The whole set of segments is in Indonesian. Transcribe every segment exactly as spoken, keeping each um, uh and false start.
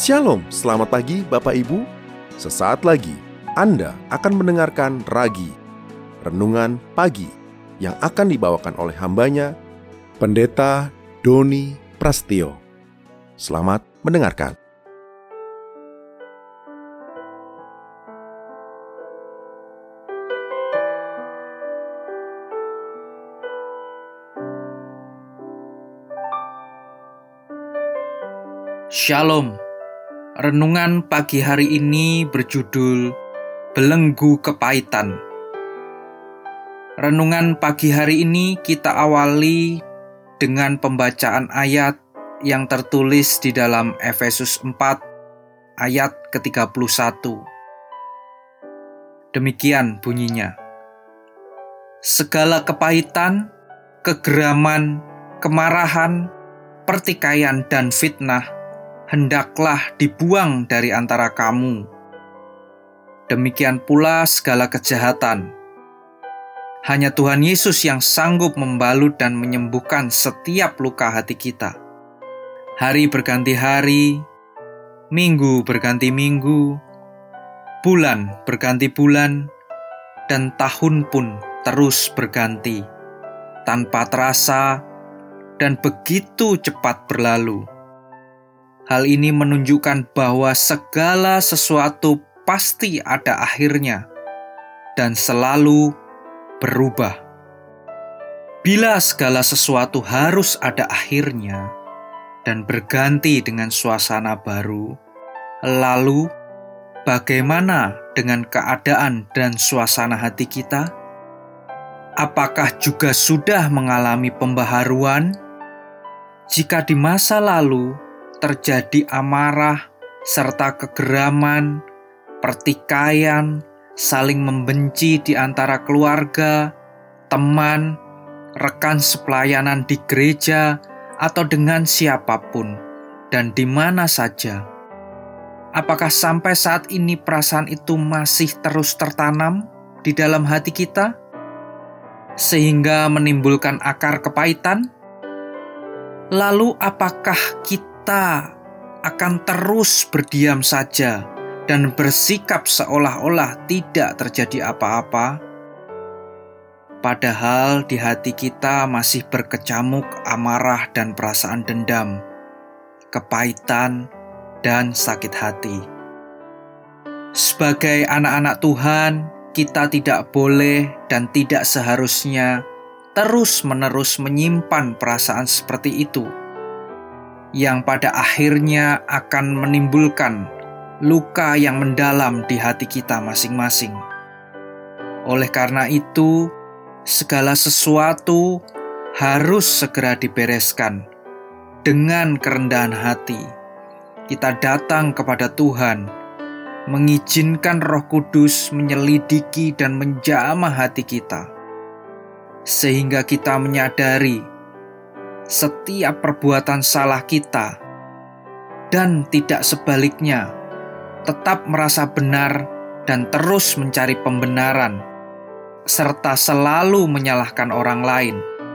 Shalom, selamat pagi Bapak Ibu. Sesaat lagi Anda akan mendengarkan Ragi, Renungan Pagi, yang akan dibawakan oleh hambanya, Pendeta Doni Prastio. Selamat mendengarkan. Shalom. Renungan pagi hari ini berjudul Belenggu Kepahitan. Renungan pagi hari ini kita awali dengan pembacaan ayat yang tertulis di dalam Efesus empat ayat ke tiga puluh satu. Demikian bunyinya. Segala kepahitan, kegeraman, kemarahan, pertikaian dan fitnah hendaklah dibuang dari antara kamu. Demikian pula segala kejahatan. Hanya Tuhan Yesus yang sanggup membalut dan menyembuhkan setiap luka hati kita. Hari berganti hari, minggu berganti minggu, bulan berganti bulan, dan tahun pun terus berganti, tanpa terasa dan begitu cepat berlalu. Hal ini menunjukkan bahwa segala sesuatu pasti ada akhirnya dan selalu berubah. Bila segala sesuatu harus ada akhirnya dan berganti dengan suasana baru, lalu bagaimana dengan keadaan dan suasana hati kita? Apakah juga sudah mengalami pembaharuan? Jika di masa lalu terjadi amarah, serta kegeraman, pertikaian, saling membenci di antara keluarga, teman, rekan sepelayanan di gereja, atau dengan siapapun, dan di mana saja. Apakah sampai saat ini perasaan itu masih terus tertanam di dalam hati kita, sehingga menimbulkan akar kepahitan? Lalu apakah kita kita akan terus berdiam saja dan bersikap seolah-olah tidak terjadi apa-apa? Padahal di hati kita masih berkecamuk amarah dan perasaan dendam, kepahitan, dan sakit hati. Sebagai anak-anak Tuhan, kita tidak boleh dan tidak seharusnya terus-menerus menyimpan perasaan seperti itu, yang pada akhirnya akan menimbulkan luka yang mendalam di hati kita masing-masing. Oleh karena itu, segala sesuatu harus segera dibereskan. Dengan kerendahan hati, kita datang kepada Tuhan, mengizinkan Roh Kudus menyelidiki dan menjamah hati kita, sehingga kita menyadari setiap perbuatan salah kita, dan tidak sebaliknya, tetap merasa benar dan terus mencari pembenaran, serta selalu menyalahkan orang lain.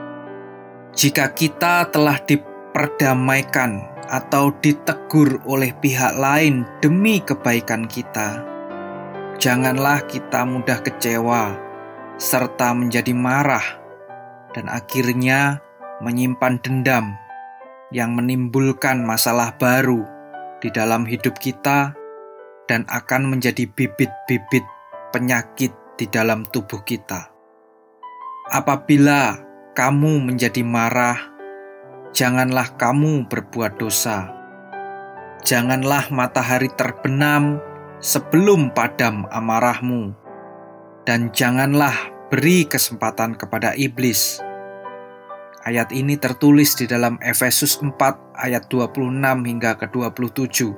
Jika kita telah diperdamaikan atau ditegur oleh pihak lain demi kebaikan kita, janganlah kita mudah kecewa, serta menjadi marah, dan akhirnya menyimpan dendam yang menimbulkan masalah baru di dalam hidup kita dan akan menjadi bibit-bibit penyakit di dalam tubuh kita. Apabila kamu menjadi marah, janganlah kamu berbuat dosa. Janganlah matahari terbenam sebelum padam amarahmu, dan janganlah beri kesempatan kepada iblis. Ayat ini tertulis di dalam Efesus empat ayat dua puluh enam hingga ke dua puluh tujuh.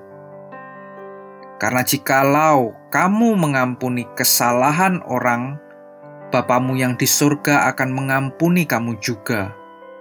Karena jikalau kamu mengampuni kesalahan orang, Bapamu yang di surga akan mengampuni kamu juga.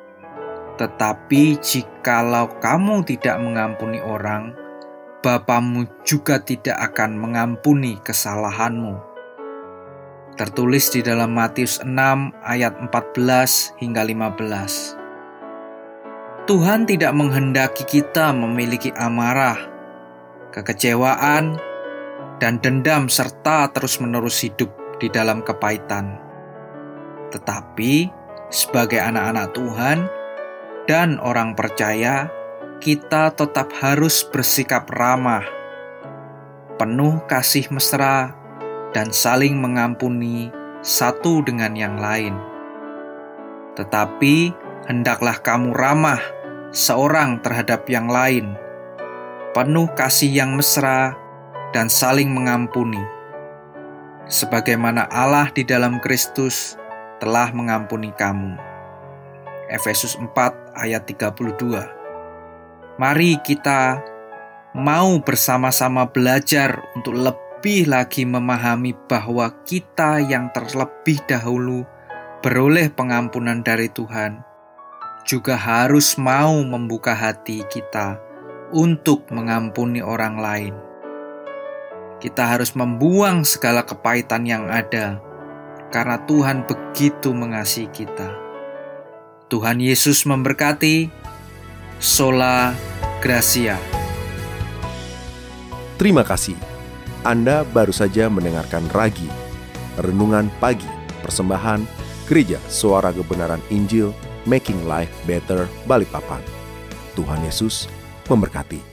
Tetapi jikalau kamu tidak mengampuni orang, Bapamu juga tidak akan mengampuni kesalahanmu. Tertulis di dalam Matius enam ayat empat belas hingga lima belas. Tuhan tidak menghendaki kita memiliki amarah, kekecewaan, dan dendam serta terus-menerus hidup di dalam kepahitan. Tetapi sebagai anak-anak Tuhan dan orang percaya, kita tetap harus bersikap ramah, penuh kasih mesra, dan saling mengampuni satu dengan yang lain. Tetapi hendaklah kamu ramah seorang terhadap yang lain, penuh kasih yang mesra, dan saling mengampuni, sebagaimana Allah di dalam Kristus telah mengampuni kamu. Efesus empat ayat tiga puluh dua. Mari kita mau bersama-sama belajar untuk lebih lagi memahami bahwa kita yang terlebih dahulu beroleh pengampunan dari Tuhan, juga harus mau membuka hati kita untuk mengampuni orang lain. Kita harus membuang segala kepahitan yang ada, karena Tuhan begitu mengasihi kita. Tuhan Yesus memberkati. Sola Gracia. Terima kasih. Anda baru saja mendengarkan Ragi, Renungan Pagi, persembahan Gereja Suara Kebenaran Injil, Making Life Better, Balikpapan. Tuhan Yesus memberkati.